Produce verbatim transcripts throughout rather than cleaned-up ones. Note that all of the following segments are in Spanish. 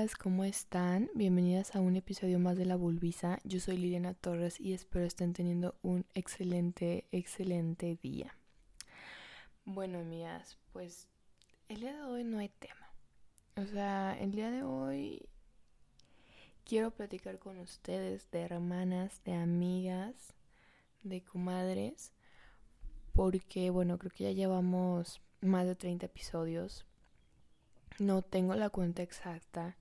amigas, ¿cómo están? Bienvenidas a un episodio más de La Bulbisa. Yo soy Liliana Torres y espero estén teniendo un excelente, excelente día. Bueno, amigas, pues el día de hoy no hay tema. O sea, el día de hoy quiero platicar con ustedes de hermanas, de amigas, de comadres, porque, bueno, creo que ya llevamos más de treinta episodios. No tengo la cuenta exacta,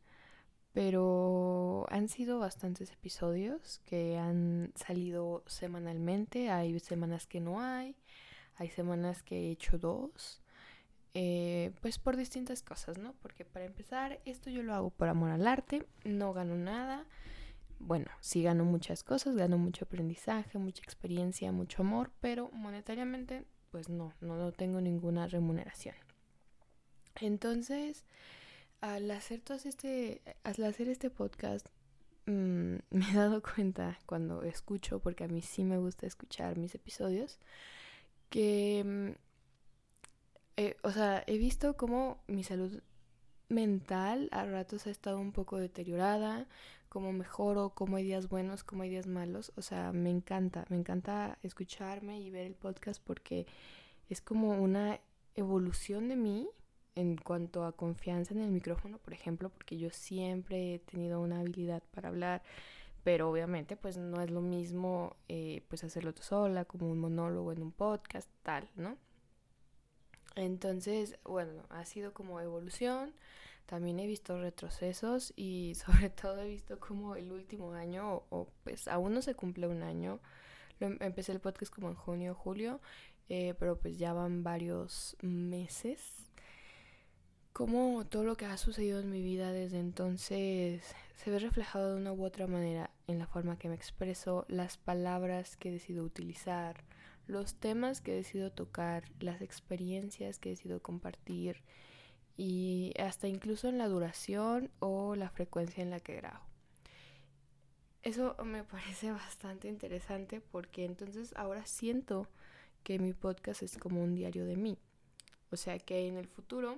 pero han sido bastantes episodios que han salido semanalmente. Hay semanas que no hay, hay semanas que he hecho dos, eh, pues por distintas cosas, ¿no? Porque para empezar, esto yo lo hago por amor al arte, no gano nada. Bueno, sí gano muchas cosas, gano mucho aprendizaje, mucha experiencia, mucho amor, pero monetariamente, pues no, no, no tengo ninguna remuneración. Entonces, al hacer todo este, al hacer este podcast, mmm, me he dado cuenta cuando escucho, porque a mí sí me gusta escuchar mis episodios, que, mm, eh, o sea, he visto cómo mi salud mental a ratos ha estado un poco deteriorada, cómo mejoro, cómo hay días buenos, cómo hay días malos. O sea, me encanta, me encanta escucharme y ver el podcast porque es como una evolución de mí en cuanto a confianza en el micrófono, por ejemplo, porque yo siempre he tenido una habilidad para hablar, pero obviamente pues no es lo mismo eh, pues hacerlo tú sola, como un monólogo en un podcast, tal, ¿no? Entonces, bueno, ha sido como evolución. También he visto retrocesos y sobre todo he visto como el último año, o, o pues aún no se cumple un año. Lo, empecé el podcast como en junio o julio, eh, pero pues ya van varios meses. Como todo lo que ha sucedido en mi vida desde entonces se ve reflejado de una u otra manera en la forma que me expreso, las palabras que decido utilizar, los temas que decido tocar, las experiencias que decido compartir y hasta incluso en la duración o la frecuencia en la que grabo. Eso me parece bastante interesante porque entonces ahora siento que mi podcast es como un diario de mí. O sea que en el futuro,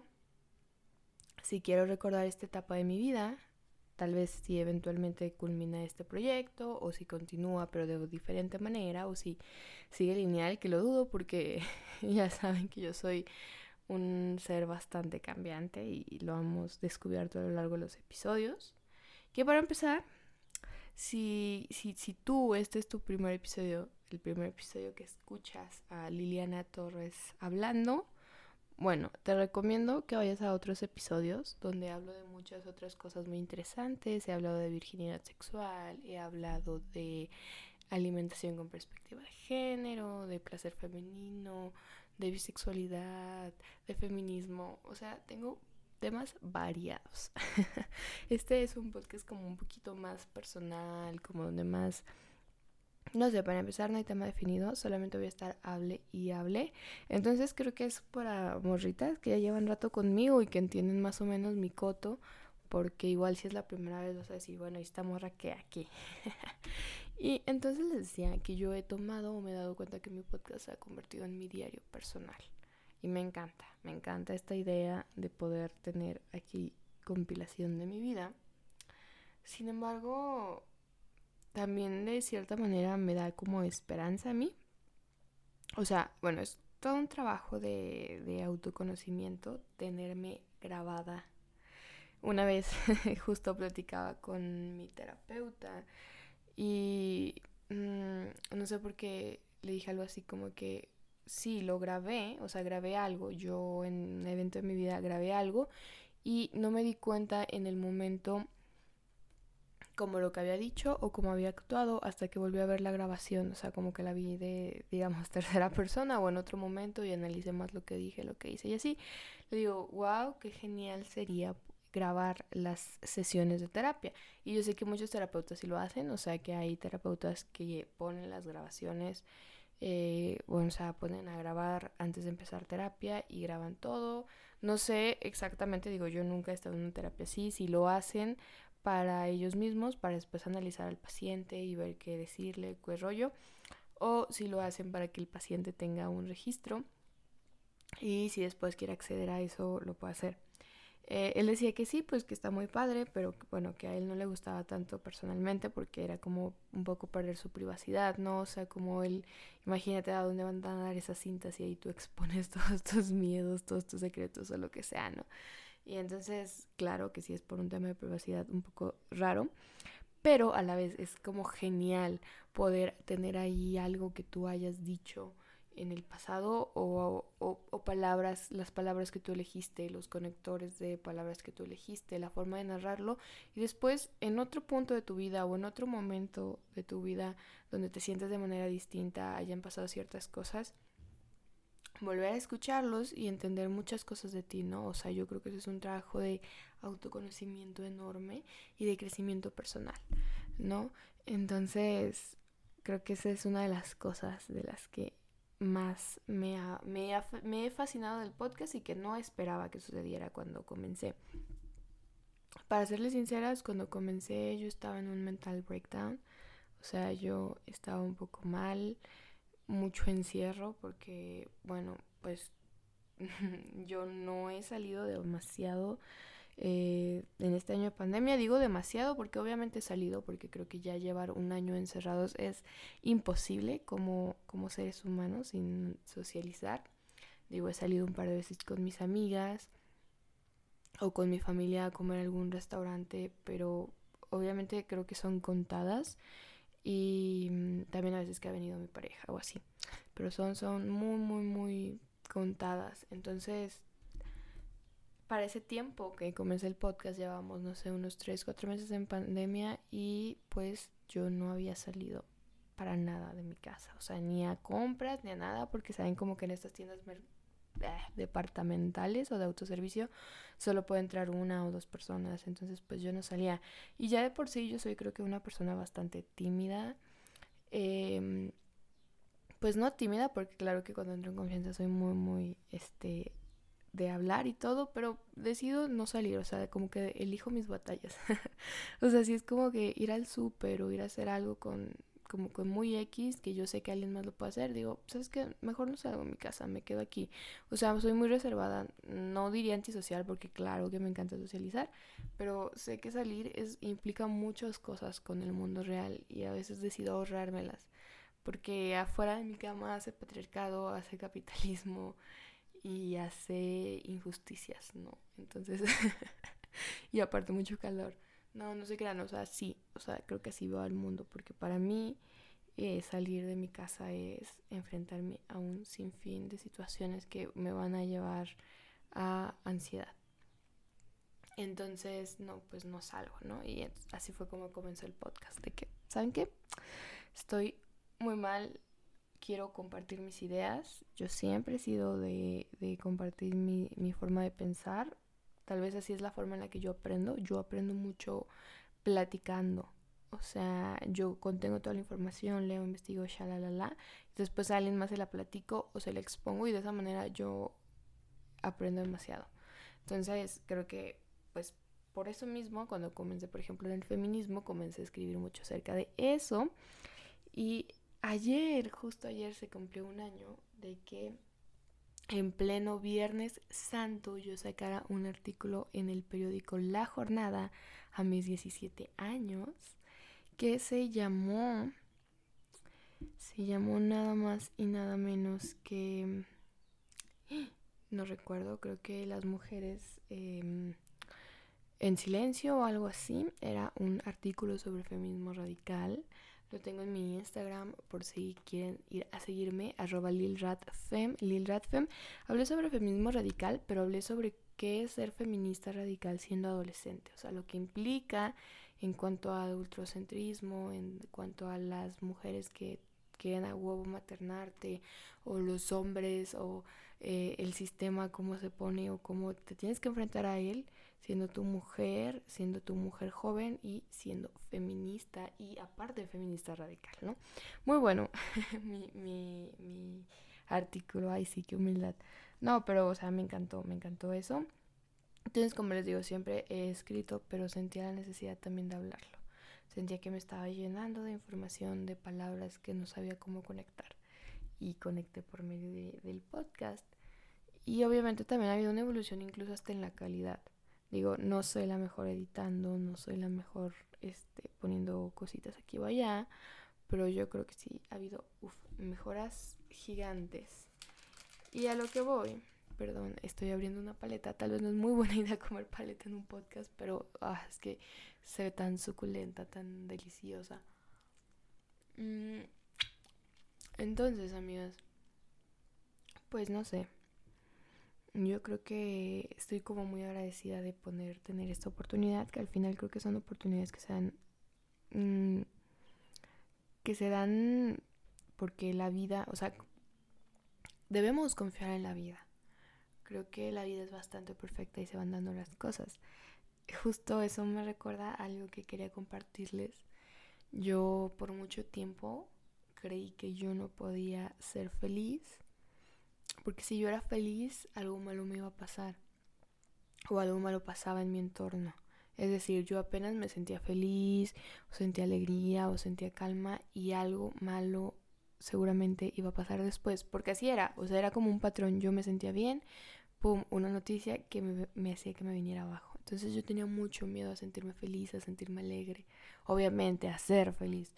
si quiero recordar esta etapa de mi vida, tal vez si eventualmente culmina este proyecto o si continúa pero de diferente manera o si sigue lineal, que lo dudo porque ya saben que yo soy un ser bastante cambiante y lo hemos descubierto a lo largo de los episodios. Que para empezar, si, si, si tú, este es tu primer episodio, el primer episodio que escuchas a Liliana Torres hablando, bueno, te recomiendo que vayas a otros episodios donde hablo de muchas otras cosas muy interesantes. He hablado de virginidad sexual, he hablado de alimentación con perspectiva de género, de placer femenino, de bisexualidad, de feminismo. O sea, tengo temas variados. Este es un podcast como un poquito más personal, como donde más... No sé, para empezar no hay tema definido, solamente voy a estar hable y hable. Entonces creo que es para morritas que ya llevan rato conmigo y que entienden más o menos mi coto, porque igual si es la primera vez vas a decir, bueno, ¿y esta morra qué aquí? Y entonces les decía que yo he tomado o me he dado cuenta que mi podcast se ha convertido en mi diario personal. Y me encanta, me encanta esta idea de poder tener aquí compilación de mi vida. Sin embargo, también de cierta manera me da como esperanza a mí. O sea, bueno, es todo un trabajo de, de autoconocimiento tenerme grabada. Una vez justo platicaba con mi terapeuta y mmm, no sé por qué le dije algo así como que sí, lo grabé, o sea, grabé algo. Yo en un evento de mi vida grabé algo y no me di cuenta en el momento como lo que había dicho o como había actuado hasta que volví a ver la grabación, o sea, como que la vi de, digamos, tercera persona o en otro momento y analicé más lo que dije, lo que hice y así. Le digo, wow, qué genial sería grabar las sesiones de terapia. Y yo sé que muchos terapeutas sí lo hacen, o sea, que hay terapeutas que ponen las grabaciones, eh, bueno, o sea, ponen a grabar antes de empezar terapia y graban todo. No sé exactamente, digo, yo nunca he estado en una terapia así, si lo hacen para ellos mismos, para después analizar al paciente y ver qué decirle, qué rollo, o si lo hacen para que el paciente tenga un registro y si después quiere acceder a eso, lo puede hacer. Eh, él decía que sí, pues que está muy padre, pero bueno, que a él no le gustaba tanto personalmente porque era como un poco perder su privacidad, ¿no? O sea, como él, imagínate a dónde van a dar esas cintas y ahí tú expones todos tus miedos, todos tus secretos o lo que sea, ¿no? Y entonces, claro que sí es por un tema de privacidad un poco raro, pero a la vez es como genial poder tener ahí algo que tú hayas dicho en el pasado o, o, o, palabras, las palabras que tú elegiste, los conectores de palabras que tú elegiste, la forma de narrarlo y después en otro punto de tu vida o en otro momento de tu vida donde te sientes de manera distinta, hayan pasado ciertas cosas, volver a escucharlos y entender muchas cosas de ti, ¿no? O sea, yo creo que eso es un trabajo de autoconocimiento enorme y de crecimiento personal, ¿no? Entonces, creo que esa es una de las cosas de las que más me, ha, me, ha, me he fascinado del podcast y que no esperaba que sucediera cuando comencé. Para serles sinceras, cuando comencé yo estaba en un mental breakdown, o sea, yo estaba un poco mal, mucho encierro porque, bueno, pues yo no he salido demasiado eh, en este año de pandemia. Digo demasiado porque obviamente he salido, porque creo que ya llevar un año encerrados es imposible como, como seres humanos sin socializar. Digo, he salido un par de veces con mis amigas o con mi familia a comer en algún restaurante, pero obviamente creo que son contadas y mm, también a veces que ha venido mi pareja o así, pero son, son muy, muy, muy contadas. Entonces, para ese tiempo que comencé el podcast, llevamos, no sé, unos tres cuatro meses en pandemia y pues yo no había salido para nada de mi casa, o sea, ni a compras ni a nada, porque saben como que en estas tiendas mer- eh, departamentales o de autoservicio solo puede entrar una o dos personas, entonces pues yo no salía. Y ya de por sí yo soy creo que una persona bastante tímida, eh, pues no tímida, porque claro que cuando entro en confianza soy muy, muy, este, de hablar y todo, pero decido no salir, o sea, como que elijo mis batallas. O sea, si es como que ir al súper o ir a hacer algo con como con muy X, que yo sé que alguien más lo puede hacer, digo, ¿sabes qué? Mejor no salgo de mi casa, me quedo aquí. O sea, soy muy reservada, no diría antisocial porque claro que me encanta socializar, pero sé que salir es, implica muchas cosas con el mundo real y a veces decido ahorrármelas, porque afuera de mi cama hace patriarcado, hace capitalismo, y hace injusticias, ¿no? Entonces, y aparte mucho calor. No, no se crean, o sea, sí, o sea, creo que así veo al mundo, porque para mí eh, salir de mi casa es enfrentarme a un sinfín de situaciones que me van a llevar a ansiedad. Entonces, no, pues no salgo, ¿no? Y así fue como comenzó el podcast, de que, ¿saben qué? Estoy muy mal, quiero compartir mis ideas. Yo siempre he sido de, de compartir mi, mi forma de pensar. Tal vez así es la forma en la que yo aprendo. Yo aprendo mucho platicando. O sea, yo contengo toda la información, leo, investigo, shalalala. Después a alguien más se la platico o se la expongo y de esa manera yo aprendo demasiado. Entonces, creo que, pues, por eso mismo, cuando comencé, por ejemplo, en el feminismo, comencé a escribir mucho acerca de eso. Y ayer, justo ayer, se cumplió un año de que en pleno Viernes Santo yo sacara un artículo en el periódico La Jornada a mis diecisiete años que se llamó, se llamó nada más y nada menos que, no recuerdo, creo que las mujeres eh, en silencio o algo así. Era un artículo sobre feminismo radical. Lo tengo en mi Instagram por si quieren ir a seguirme, arroba lilradfem, lilradfem. Hablé sobre feminismo radical, pero hablé sobre qué es ser feminista radical siendo adolescente. O sea, lo que implica en cuanto a adultocentrismo, en cuanto a las mujeres que quieren a huevo maternarte, o los hombres, o eh, el sistema, cómo se pone, o cómo te tienes que enfrentar a él siendo tu mujer, siendo tu mujer joven y siendo feminista y aparte feminista radical, ¿no? Muy bueno mi, mi, mi artículo, ay sí, qué humildad. No, pero o sea, me encantó, me encantó eso. Entonces, como les digo, siempre he escrito, pero sentía la necesidad también de hablarlo. Sentía que me estaba llenando de información, de palabras que no sabía cómo conectar. Y conecté por medio de, del podcast. Y obviamente también ha habido una evolución incluso hasta en la calidad. Digo, no soy la mejor editando, no soy la mejor este, poniendo cositas aquí o allá, pero yo creo que sí ha habido uf, mejoras gigantes. Y a lo que voy, perdón, estoy abriendo una paleta, tal vez no es muy buena idea comer paleta en un podcast, pero ah, es que se ve tan suculenta, tan deliciosa. Mm, entonces, amigas, pues no sé, yo creo que estoy como muy agradecida de poder tener esta oportunidad, que al final creo que son oportunidades que se dan, mmm, que se dan porque la vida, o sea, debemos confiar en la vida. Creo que la vida es bastante perfecta y se van dando las cosas. Justo eso me recuerda a algo que quería compartirles. Yo por mucho tiempo creí que yo no podía ser feliz, porque si yo era feliz, algo malo me iba a pasar, o algo malo pasaba en mi entorno. Es decir, yo apenas me sentía feliz, o sentía alegría, o sentía calma, y algo malo seguramente iba a pasar después, porque así era, o sea, era como un patrón. Yo me sentía bien, pum, una noticia que me, me hacía que me viniera abajo. Entonces yo tenía mucho miedo a sentirme feliz, a sentirme alegre, obviamente a ser feliz.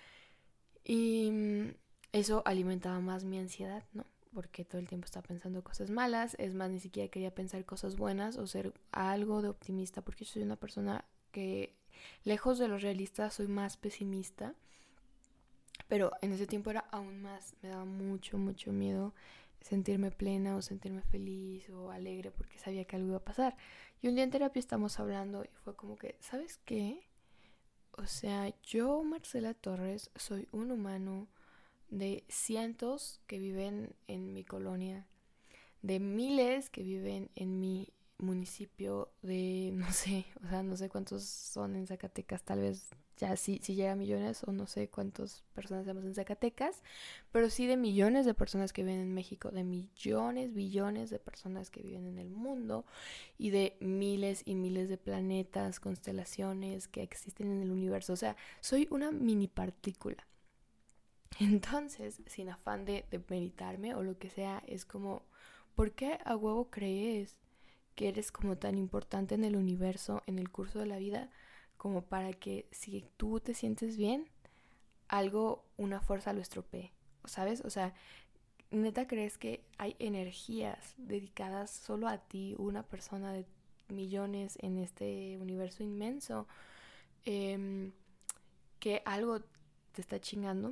Y mm, eso alimentaba más mi ansiedad, ¿no? Porque todo el tiempo estaba pensando cosas malas. Es más, ni siquiera quería pensar cosas buenas o ser algo de optimista, porque yo soy una persona que, lejos de lo realista, soy más pesimista. Pero en ese tiempo era aún más, me daba mucho, mucho miedo sentirme plena o sentirme feliz o alegre porque sabía que algo iba a pasar. Y un día en terapia estamos hablando y fue como que, ¿sabes qué? O sea, yo, Marcela Torres, soy un humano de cientos que viven en mi colonia, de miles que viven en mi municipio, de no sé, o sea, no sé cuántos son en Zacatecas, tal vez ya sí, sí llega a millones o no sé cuántas personas tenemos en Zacatecas, pero sí de millones de personas que viven en México, de millones, billones de personas que viven en el mundo y de miles y miles de planetas, constelaciones que existen en el universo. O sea, soy una mini partícula. Entonces, sin afán de, de meditarme o lo que sea, es como, ¿por qué a huevo crees que eres como tan importante en el universo, en el curso de la vida, como para que si tú te sientes bien, algo, una fuerza lo estropee? ¿Sabes? O sea, ¿neta crees que hay energías dedicadas solo a ti, una persona de millones en este universo inmenso, eh, que algo te está chingando?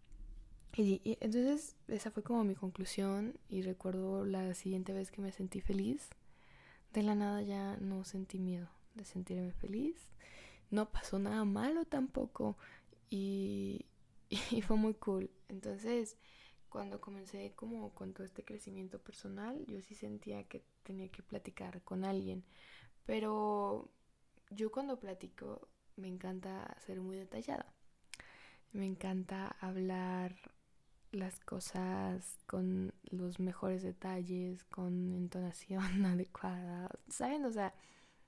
Y, y entonces esa fue como mi conclusión, y recuerdo la siguiente vez que me sentí feliz, de la nada ya no sentí miedo de sentirme feliz, no pasó nada malo tampoco, y, y fue muy cool. Entonces cuando comencé como con todo este crecimiento personal, yo sí sentía que tenía que platicar con alguien, pero yo cuando platico me encanta ser muy detallada, me encanta hablar las cosas con los mejores detalles, con entonación adecuada, ¿saben? O sea,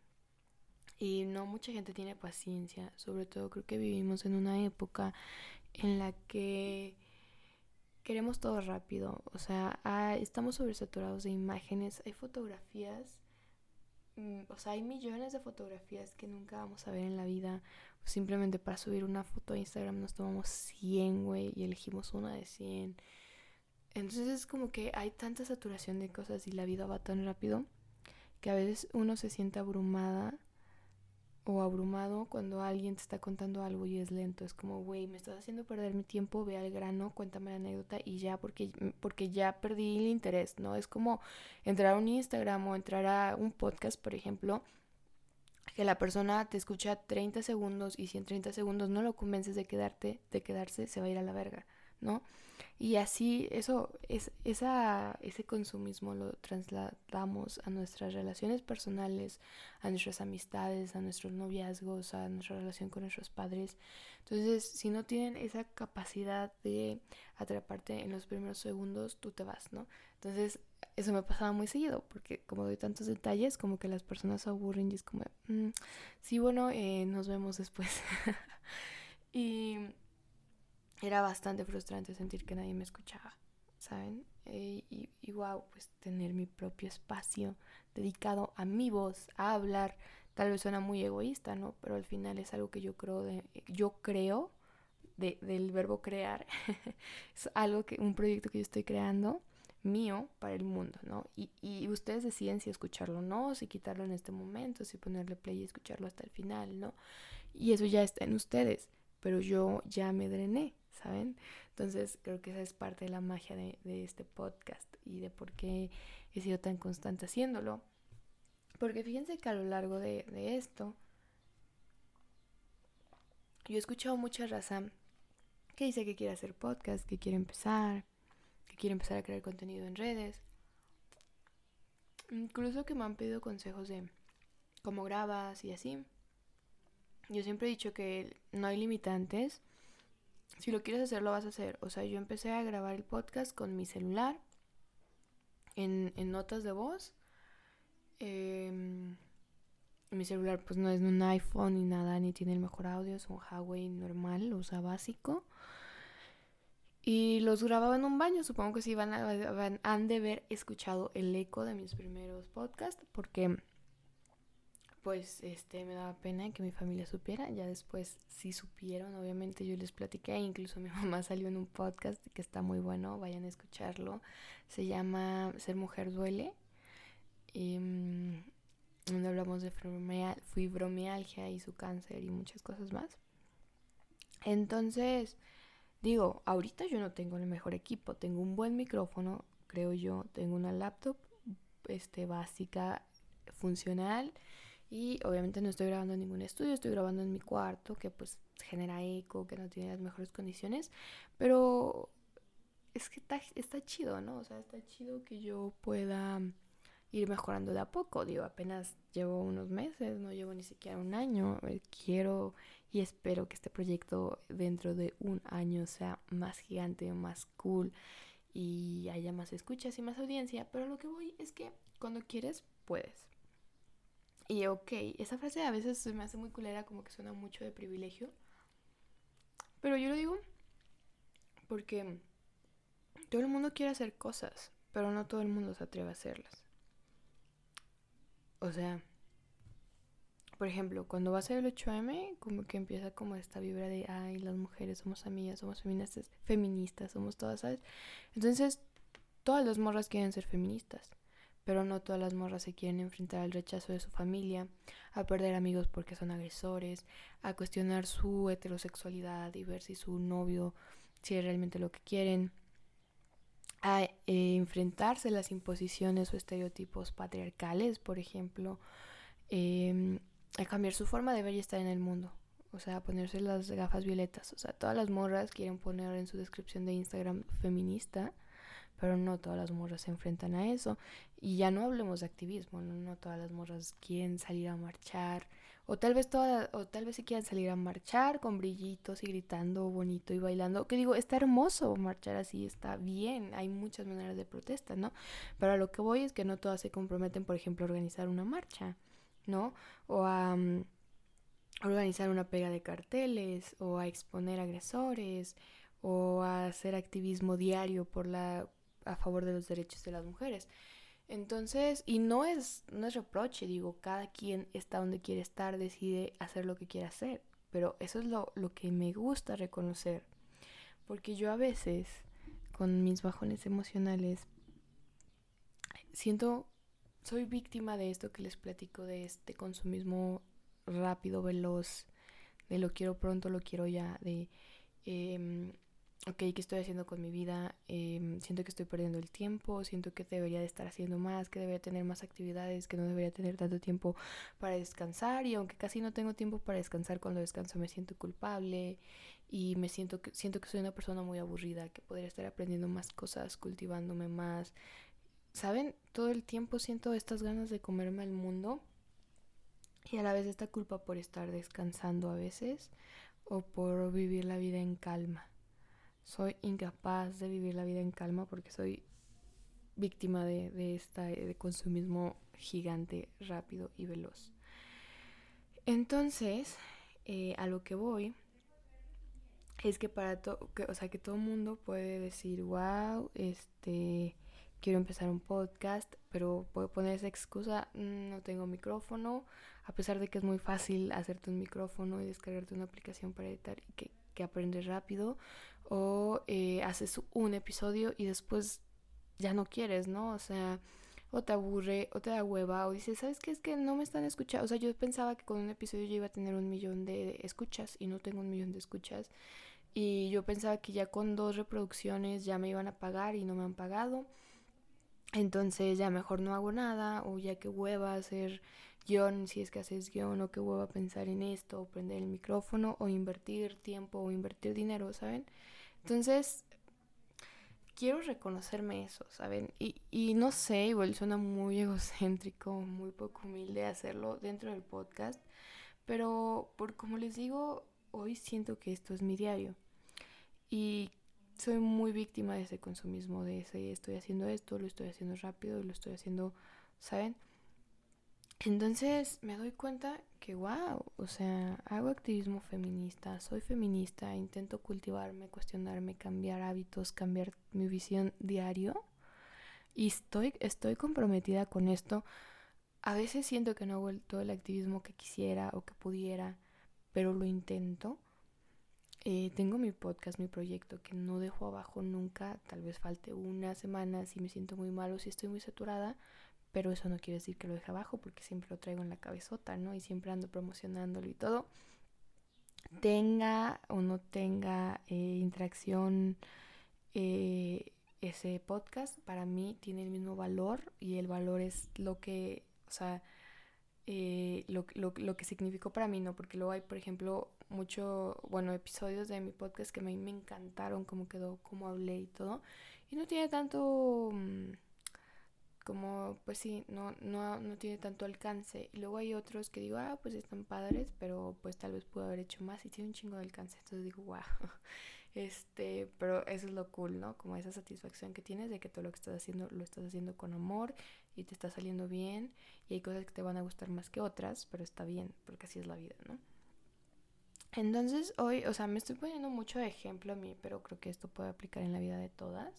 y no mucha gente tiene paciencia, sobre todo creo que vivimos en una época en la que queremos todo rápido, o sea, ah, estamos sobresaturados de imágenes, hay fotografías, mm, o sea, hay millones de fotografías que nunca vamos a ver en la vida. Simplemente para subir una foto a Instagram nos tomamos cien, güey, y elegimos una de cien. Entonces es como que hay tanta saturación de cosas y la vida va tan rápido que a veces uno se siente abrumada o abrumado cuando alguien te está contando algo y es lento. Es como, güey, me estás haciendo perder mi tiempo, ve al grano, cuéntame la anécdota y ya, porque, porque ya perdí el interés, ¿no? Es como entrar a un Instagram o entrar a un podcast, por ejemplo, que la persona te escucha treinta segundos y si en treinta segundos no lo convences de quedarte, de quedarse, se va a ir a la verga, ¿no? Y así, eso, es, esa, ese consumismo lo trasladamos a nuestras relaciones personales, a nuestras amistades, a nuestros noviazgos, a nuestra relación con nuestros padres. Entonces, si no tienen esa capacidad de atraparte en los primeros segundos, tú te vas, ¿no? Entonces, eso me pasaba muy seguido, porque como doy tantos detalles, como que las personas se aburren y es como, mm, sí, bueno, eh, nos vemos después. Y era bastante frustrante sentir que nadie me escuchaba. ¿saben? Eh, y, y wow, pues tener mi propio espacio dedicado a mi voz, a hablar. Tal vez suena muy egoísta, ¿no? Pero al final es algo que yo creo, de, yo creo de, del verbo crear. Es algo que, un proyecto que yo estoy creando mío para el mundo, ¿no? Y, y ustedes deciden si escucharlo o no, si quitarlo en este momento, si ponerle play y escucharlo hasta el final, ¿no? Y eso ya está en ustedes, pero yo ya me drené, ¿saben? Entonces creo que esa es parte de la magia de, de este podcast y de por qué he sido tan constante haciéndolo. Porque fíjense que a lo largo de, de esto, yo he escuchado mucha raza que dice que quiere hacer podcast, que quiere empezar, que quiere empezar a crear contenido en redes. Incluso que me han pedido consejos de cómo grabas y así. Yo siempre he dicho que no hay limitantes. Si lo quieres hacer, lo vas a hacer. O sea, yo empecé a grabar el podcast con mi celular en, en notas de voz. Eh, mi celular pues no es un iPhone ni nada, ni tiene el mejor audio, es un Huawei normal, o sea, básico. Y los grababa en un baño, supongo que sí van a, van, han de haber escuchado el eco de mis primeros podcasts, porque pues este me daba pena que mi familia supiera. Ya después sí supieron, obviamente yo les platiqué, incluso mi mamá salió en un podcast que está muy bueno, vayan a escucharlo. Se llama Ser Mujer Duele. Y, um, donde hablamos de fibromialgia y su cáncer y muchas cosas más. Entonces, digo, ahorita yo no tengo el mejor equipo, tengo un buen micrófono, creo yo, tengo una laptop este, básica, funcional, y obviamente no estoy grabando en ningún estudio, estoy grabando en mi cuarto, que pues genera eco, que no tiene las mejores condiciones, pero es que está, está chido, ¿no? O sea, está chido que yo pueda ir mejorando de a poco. Digo, apenas llevo unos meses, no llevo ni siquiera un año. Quiero y espero que este proyecto dentro de un año sea más gigante, más cool y haya más escuchas y más audiencia. Pero lo que voy es que cuando quieres, puedes. Y ok, esa frase a veces se me hace muy culera, como que suena mucho de privilegio. Pero yo lo digo porque todo el mundo quiere hacer cosas, pero no todo el mundo se atreve a hacerlas. O sea, por ejemplo, cuando va a ser el ocho eme, como que empieza como esta vibra de, ay, las mujeres somos amigas, somos feministas, feministas, somos todas, ¿sabes? Entonces, todas las morras quieren ser feministas, pero no todas las morras se quieren enfrentar al rechazo de su familia, a perder amigos porque son agresores, a cuestionar su heterosexualidad y ver si su novio, si es realmente lo que quieren, a eh, enfrentarse a las imposiciones o estereotipos patriarcales, por ejemplo, eh, a cambiar su forma de ver y estar en el mundo. O sea, ponerse las gafas violetas. O sea, todas las morras quieren poner en su descripción de Instagram feminista, pero no todas las morras se enfrentan a eso. Y ya no hablemos de activismo, no, no todas las morras quieren salir a marchar. O tal vez todas, o tal vez si quieran salir a marchar con brillitos y gritando bonito y bailando. Que digo, está hermoso marchar así, está bien. Hay muchas maneras de protesta, ¿no? Pero a lo que voy es que no todas se comprometen, por ejemplo, a organizar una marcha, ¿no? O a um, organizar una pega de carteles, o a exponer agresores, o a hacer activismo diario por la a favor de los derechos de las mujeres. Entonces, y no es no es reproche, digo, cada quien está donde quiere estar, decide hacer lo que quiere hacer, pero eso es lo, lo que me gusta reconocer, porque yo a veces con mis bajones emocionales siento, soy víctima de esto que les platico, de este consumismo rápido, veloz, de lo quiero pronto, lo quiero ya, de, eh, ok, ¿qué estoy haciendo con mi vida? Eh, siento que estoy perdiendo el tiempo, siento que debería de estar haciendo más, que debería tener más actividades, que no debería tener tanto tiempo para descansar, y aunque casi no tengo tiempo para descansar, cuando descanso me siento culpable y me siento que, siento que soy una persona muy aburrida, que podría estar aprendiendo más cosas, cultivándome más. ¿Saben? Todo el tiempo siento estas ganas de comerme al mundo y a la vez esta culpa por estar descansando a veces o por vivir la vida en calma. Soy incapaz de vivir la vida en calma porque soy víctima de, de esta de consumismo gigante, rápido y veloz. Entonces, eh, a lo que voy es que para todo, o sea, que todo el mundo puede decir, wow, este, quiero empezar un podcast, pero puedo poner esa excusa, "Mm, no tengo micrófono", a pesar de que es muy fácil hacerte un micrófono y descargarte una aplicación para editar y que, que aprendes rápido, o eh, haces un episodio y después ya no quieres, ¿no? O sea, o te aburre, o te da hueva, o dices, ¿sabes qué? Es que no me están escuchando. O sea, yo pensaba que con un episodio yo iba a tener un millón de escuchas y no tengo un millón de escuchas. Y yo pensaba que ya con dos reproducciones ya me iban a pagar y no me han pagado. Entonces ya mejor no hago nada, o ya que hueva hacer guión, si es que haces guión, o que hueva pensar en esto, o prender el micrófono, o invertir tiempo, o invertir dinero, ¿saben? Entonces, quiero reconocerme eso, ¿saben? Y, y no sé, igual suena muy egocéntrico, muy poco humilde hacerlo dentro del podcast, pero por como les digo, hoy siento que esto es mi diario. Y soy muy víctima de ese consumismo, de ese estoy haciendo esto, lo estoy haciendo rápido, lo estoy haciendo, ¿saben? Entonces me doy cuenta que, wow, o sea, hago activismo feminista, soy feminista, intento cultivarme, cuestionarme, cambiar hábitos, cambiar mi visión diario y estoy, estoy comprometida con esto. A veces siento que no hago el, todo el activismo que quisiera o que pudiera, pero lo intento. Eh, tengo mi podcast, mi proyecto, que no dejo abajo nunca. Tal vez falte una semana si me siento muy mal o si estoy muy saturada, pero eso no quiere decir que lo deje abajo porque siempre lo traigo en la cabezota, ¿no? Y siempre ando promocionándolo y todo. Tenga o no tenga eh, interacción eh, ese podcast, para mí tiene el mismo valor y el valor es lo que, o sea, eh, lo, lo, lo que significó para mí, ¿no? Porque luego hay, por ejemplo, mucho, bueno, episodios de mi podcast que a mí me encantaron, cómo quedó, cómo hablé y todo. Y no tiene tanto, mm, como, pues sí, no, no, no tiene tanto alcance. Y luego hay otros que digo, ah, pues están padres, pero pues tal vez pude haber hecho más y tiene un chingo de alcance. Entonces digo, wow. Este, pero eso es lo cool, ¿no? Como esa satisfacción que tienes de que todo lo que estás haciendo lo estás haciendo con amor y te está saliendo bien y hay cosas que te van a gustar más que otras, pero está bien, porque así es la vida, ¿no? Entonces hoy, o sea, me estoy poniendo mucho de ejemplo a mí, pero creo que esto puede aplicar en la vida de todas.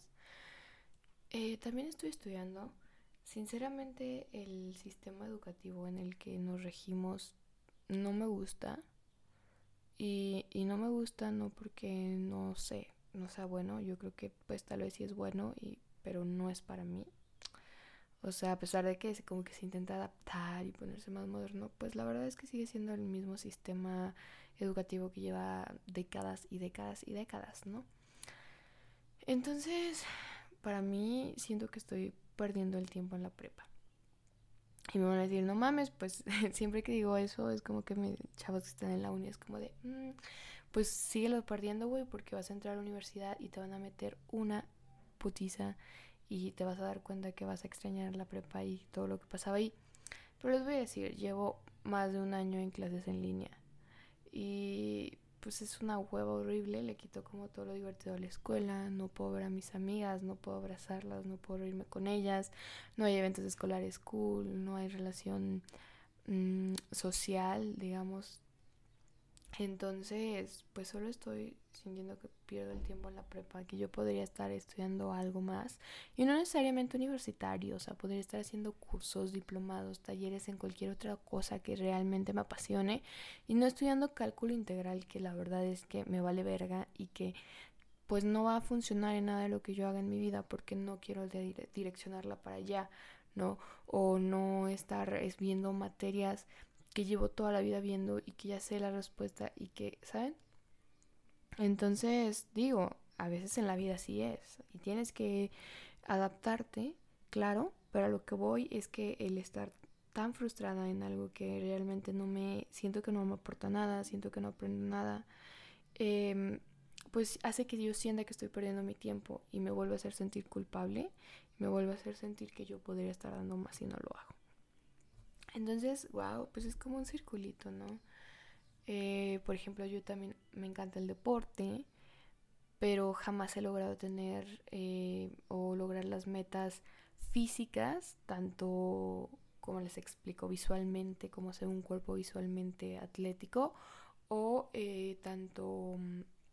Eh, también estoy estudiando. Sinceramente, el sistema educativo en el que nos regimos no me gusta. Y, y no me gusta no porque no sé, no sea bueno, yo creo que pues tal vez sí es bueno, y, pero no es para mí. O sea, a pesar de que se, como que se intenta adaptar y ponerse más moderno, pues la verdad es que sigue siendo el mismo sistema educativo que lleva décadas y décadas y décadas, ¿no? Entonces, para mí siento que estoy perdiendo el tiempo en la prepa. Y me van a decir, no mames, pues siempre que digo eso es como que mis chavos que están en la uni es como de, mmm, pues síguelo perdiendo, güey, porque vas a entrar a la universidad y te van a meter una putiza y te vas a dar cuenta que vas a extrañar la prepa y todo lo que pasaba ahí. Pero les voy a decir, llevo más de un año en clases en línea y pues es una hueva horrible, le quito como todo lo divertido a la escuela, no puedo ver a mis amigas, no puedo abrazarlas, no puedo reírme con ellas, no hay eventos escolares cool, no hay relación mmm, social, digamos. Entonces, pues solo estoy sintiendo que pierdo el tiempo en la prepa, que yo podría estar estudiando algo más y no necesariamente universitario, o sea, podría estar haciendo cursos, diplomados, talleres en cualquier otra cosa que realmente me apasione y no estudiando cálculo integral, que la verdad es que me vale verga y que pues no va a funcionar en nada de lo que yo haga en mi vida porque no quiero dire- direccionarla para allá, ¿no? O no estar es viendo materias que llevo toda la vida viendo y que ya sé la respuesta y que, ¿saben? Entonces, digo, a veces en la vida así es y tienes que adaptarte, claro, pero a lo que voy es que el estar tan frustrada en algo que realmente no me, siento que no me aporta nada, siento que no aprendo nada, eh, pues hace que yo sienta que estoy perdiendo mi tiempo y me vuelve a hacer sentir culpable, me vuelve a hacer sentir que yo podría estar dando más si no lo hago. Entonces, wow, pues es como un circulito, ¿no? Eh, por ejemplo, yo también me encanta el deporte, pero jamás he logrado tener eh, o lograr las metas físicas, tanto como les explico visualmente, como ser un cuerpo visualmente atlético, o eh, tanto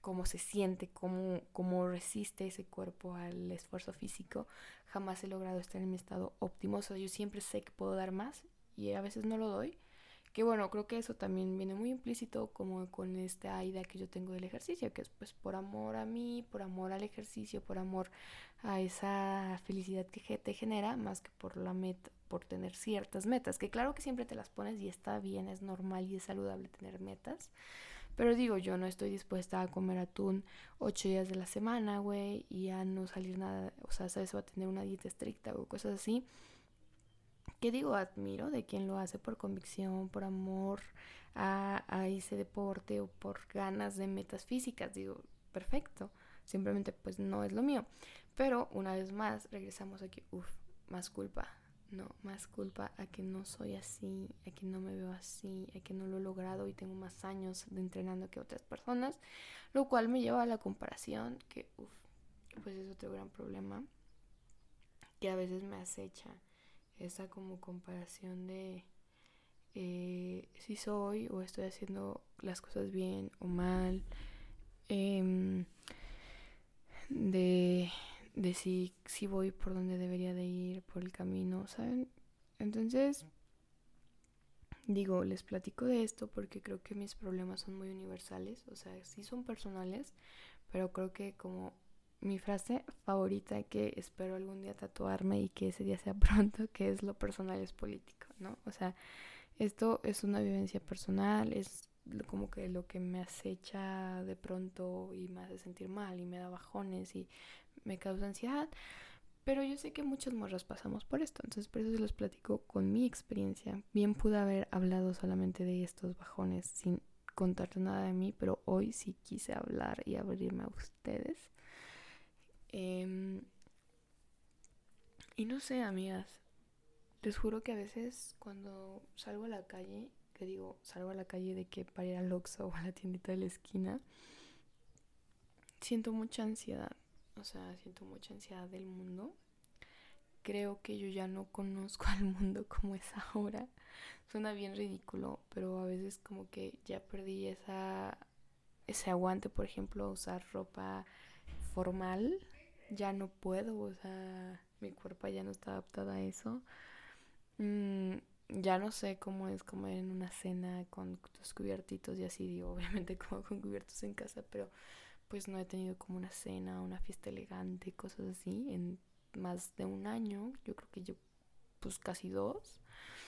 cómo se siente, cómo, cómo resiste ese cuerpo al esfuerzo físico, jamás he logrado estar en mi estado óptimo. O sea, yo siempre sé que puedo dar más y a veces no lo doy. Que bueno, creo que eso también viene muy implícito como con esta idea que yo tengo del ejercicio, que es pues por amor a mí, por amor al ejercicio, por amor a esa felicidad que te genera, más que por la meta, por tener ciertas metas, que claro que siempre te las pones y está bien, es normal y es saludable tener metas, pero digo, yo no estoy dispuesta a comer atún ocho días de la semana, güey, y a no salir nada, o sea, sabes, va a tener una dieta estricta o cosas así. Que digo, admiro de quien lo hace por convicción, por amor a, a ese deporte o por ganas de metas físicas. Digo, perfecto. Simplemente pues no es lo mío. Pero una vez más regresamos aquí, uff, más culpa. No, más culpa a que no soy así, a que no me veo así, a que no lo he logrado y tengo más años de entrenando que otras personas, lo cual me lleva a la comparación, que uff, pues es otro gran problema que a veces me acecha, esa como comparación de eh, si soy o estoy haciendo las cosas bien o mal, eh, de, de si, si voy por donde debería de ir, por el camino, ¿saben? Entonces, digo, les platico de esto porque creo que mis problemas son muy universales, o sea, sí son personales, pero creo que como mi frase favorita que espero algún día tatuarme y que ese día sea pronto, que es lo personal es político, ¿no? O sea, esto es una vivencia personal, es como que lo que me acecha de pronto y me hace sentir mal y me da bajones y me causa ansiedad, pero yo sé que muchos morros pasamos por esto, entonces por eso se los platico con mi experiencia. Bien pude haber hablado solamente de estos bajones sin contar nada de mí, pero hoy sí quise hablar y abrirme a ustedes. Eh, y no sé, amigas, les juro que a veces cuando salgo a la calle, que digo, salgo a la calle de que para ir al Oxxo o a la tiendita de la esquina, siento mucha ansiedad. O sea, siento mucha ansiedad del mundo. Creo que yo ya no conozco al mundo como es ahora. Suena bien ridículo, pero a veces como que ya perdí esa ese aguante, por ejemplo, a usar ropa formal. Ya no puedo, o sea, mi cuerpo ya no está adaptado a eso. Mm, ya no sé cómo es comer en una cena con tus cubiertitos y así, digo, obviamente como con cubiertos en casa, pero pues no he tenido como una cena, una fiesta elegante, cosas así, en más de un año, yo creo que yo pues casi dos.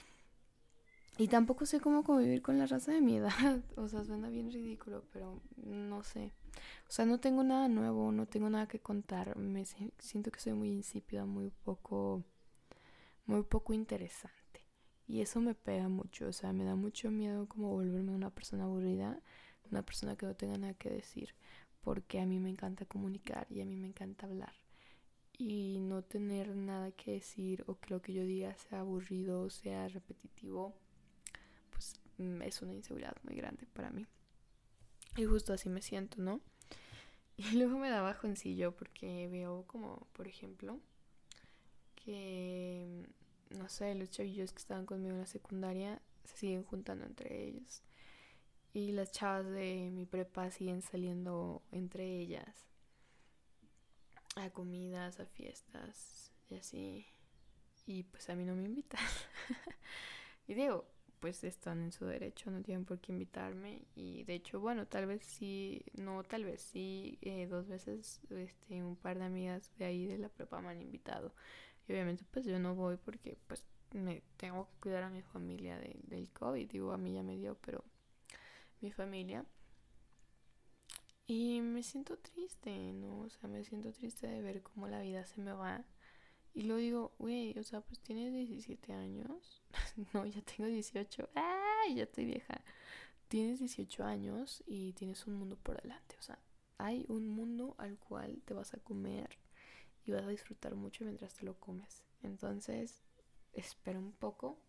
Y tampoco sé cómo convivir con la raza de mi edad, o sea, suena bien ridículo, pero no sé. O sea, no tengo nada nuevo, no tengo nada que contar, me siento que soy muy insípida, muy poco, muy poco interesante. Y eso me pega mucho, o sea, me da mucho miedo como volverme una persona aburrida, una persona que no tenga nada que decir, porque a mí me encanta comunicar y a mí me encanta hablar. Y no tener nada que decir o que lo que yo diga sea aburrido o sea repetitivo, pues es una inseguridad muy grande para mí. Y justo así me siento, ¿no? Y luego me da bajoncillo porque veo como, por ejemplo, que no sé, los chavillos que estaban conmigo en la secundaria se siguen juntando entre ellos. Y las chavas de mi prepa siguen saliendo entre ellas a comidas, a fiestas y así. Y pues a mí no me invitan. Y digo, pues están en su derecho, no tienen por qué invitarme. Y de hecho, bueno, tal vez sí, no, tal vez sí, eh, dos veces este, un par de amigas de ahí de la prepa me han invitado. Y obviamente pues yo no voy porque pues me tengo que cuidar a mi familia de, del COVID. Digo, a mí ya me dio, pero mi familia. Y me siento triste, ¿no? O sea, me siento triste de ver cómo la vida se me va. Y luego digo, güey, o sea, pues tienes diecisiete años. No, ya tengo dieciocho. ¡Ay! Ya estoy vieja. Tienes dieciocho años y tienes un mundo por delante. O sea, hay un mundo al cual te vas a comer y vas a disfrutar mucho mientras te lo comes. Entonces, espera un poco.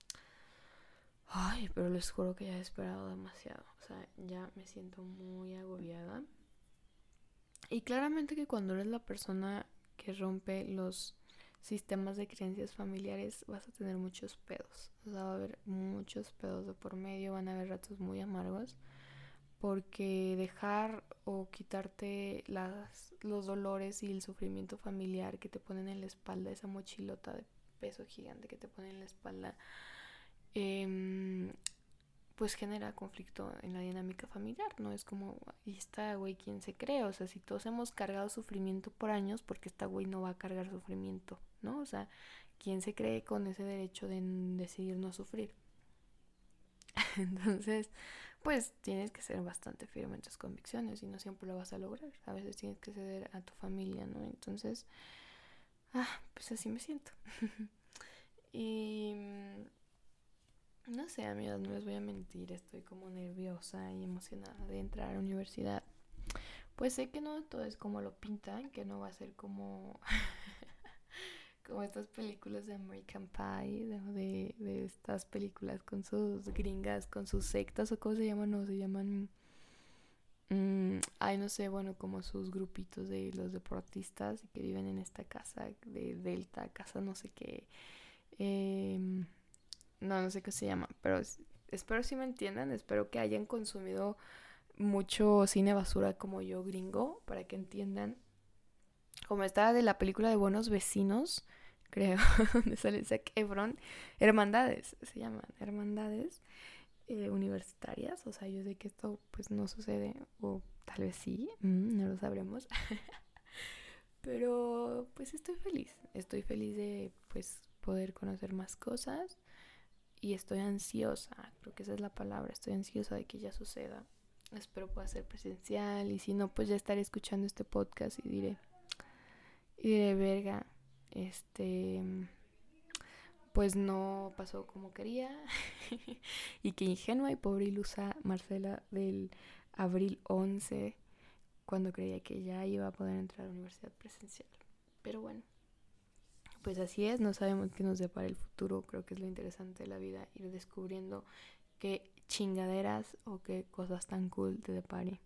Ay, pero les juro que ya he esperado demasiado. O sea, ya me siento muy agobiada. Y claramente que cuando eres la persona que rompe los sistemas de creencias familiares vas a tener muchos pedos. O sea, va a haber muchos pedos de por medio, van a haber ratos muy amargos. porque dejar o quitarte las, los dolores y el sufrimiento familiar que te ponen en la espalda, esa mochilota de peso gigante que te ponen en la espalda, eh, pues genera conflicto en la dinámica familiar, ¿no? Es como, y esta güey, ¿quién se cree? O sea, si todos hemos cargado sufrimiento por años, porque esta güey no va a cargar sufrimiento, ¿no? O sea, ¿quién se cree con ese derecho de decidir no sufrir? Entonces, pues tienes que ser bastante firme en tus convicciones y no siempre lo vas a lograr. A veces tienes que ceder a tu familia, ¿no? Entonces, ah, pues así me siento. Y no sé, amigas, no les voy a mentir, estoy como nerviosa y emocionada de entrar a la universidad. Pues sé que no todo es como lo pintan, que no va a ser como como estas películas de American Pie, de, de, de estas películas con sus gringas, con sus sectas, o cómo se llaman, no, se llaman, mmm, ay, no sé, bueno, como sus grupitos de los deportistas que viven en esta casa de Delta, casa no sé qué, eh, no, no sé qué se llama, pero es, espero si me entiendan, espero que hayan consumido mucho cine basura como yo, gringo, para que entiendan. Como esta de la película de Buenos Vecinos, creo, donde sale Zac Efron, Hermandades, se llaman, Hermandades eh, universitarias. O sea, yo sé que esto pues no sucede, o tal vez sí, mm, no lo sabremos. Pero pues estoy feliz, estoy feliz de pues poder conocer más cosas y estoy ansiosa, creo que esa es la palabra, estoy ansiosa de que ya suceda. Espero pueda ser presencial y si no pues ya estaré escuchando este podcast y diré, y diré, verga, este, pues no pasó como quería y qué ingenua y pobre ilusa Marcela del abril once cuando creía que ya iba a poder entrar a la universidad presencial. Pero bueno, pues así es, no sabemos qué nos depara el futuro, creo que es lo interesante de la vida, ir descubriendo qué chingaderas o qué cosas tan cool te depare.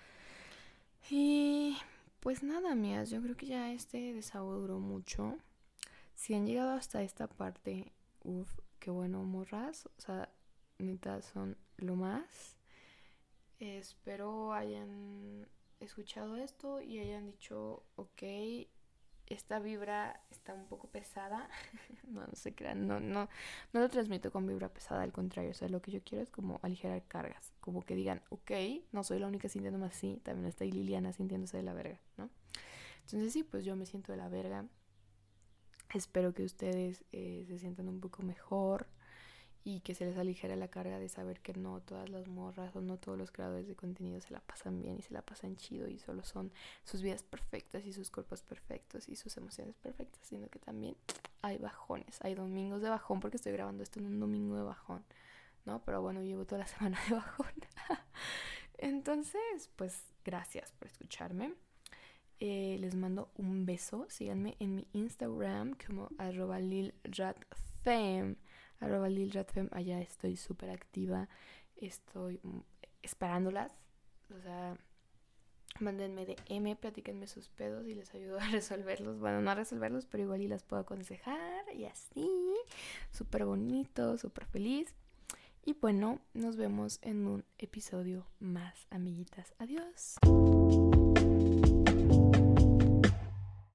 Y pues nada, mías, yo creo que ya este desahogo duró mucho. Si han llegado hasta esta parte, uff, qué bueno, morras, o sea, neta son lo más. Eh, espero hayan escuchado esto y hayan dicho, ok, esta vibra está un poco pesada. No, no se crean, no, no, no lo transmito con vibra pesada, al contrario, o sea, lo que yo quiero es como aligerar cargas, como que digan, ok, no soy la única sintiéndome así, también está Liliana sintiéndose de la verga, ¿no? Entonces sí, pues yo me siento de la verga. Espero que ustedes eh, se sientan un poco mejor y que se les aligere la carga de saber que no todas las morras o no todos los creadores de contenido se la pasan bien y se la pasan chido y solo son sus vidas perfectas y sus cuerpos perfectos y sus emociones perfectas, sino que también hay bajones, hay domingos de bajón, porque estoy grabando esto en un domingo de bajón, ¿no? Pero bueno, llevo toda la semana de bajón. Entonces, pues gracias por escucharme. Eh, les mando un beso. Síganme en mi Instagram como arroba lilratfem. Arroba lilratfem. Allá estoy súper activa. Estoy mm, esperándolas. O sea, mándenme D M, platíquenme sus pedos y les ayudo a resolverlos. Bueno, no a resolverlos, pero igual y las puedo aconsejar. Y así. Súper bonito, súper feliz. Y bueno, nos vemos en un episodio más, amiguitas. Adiós.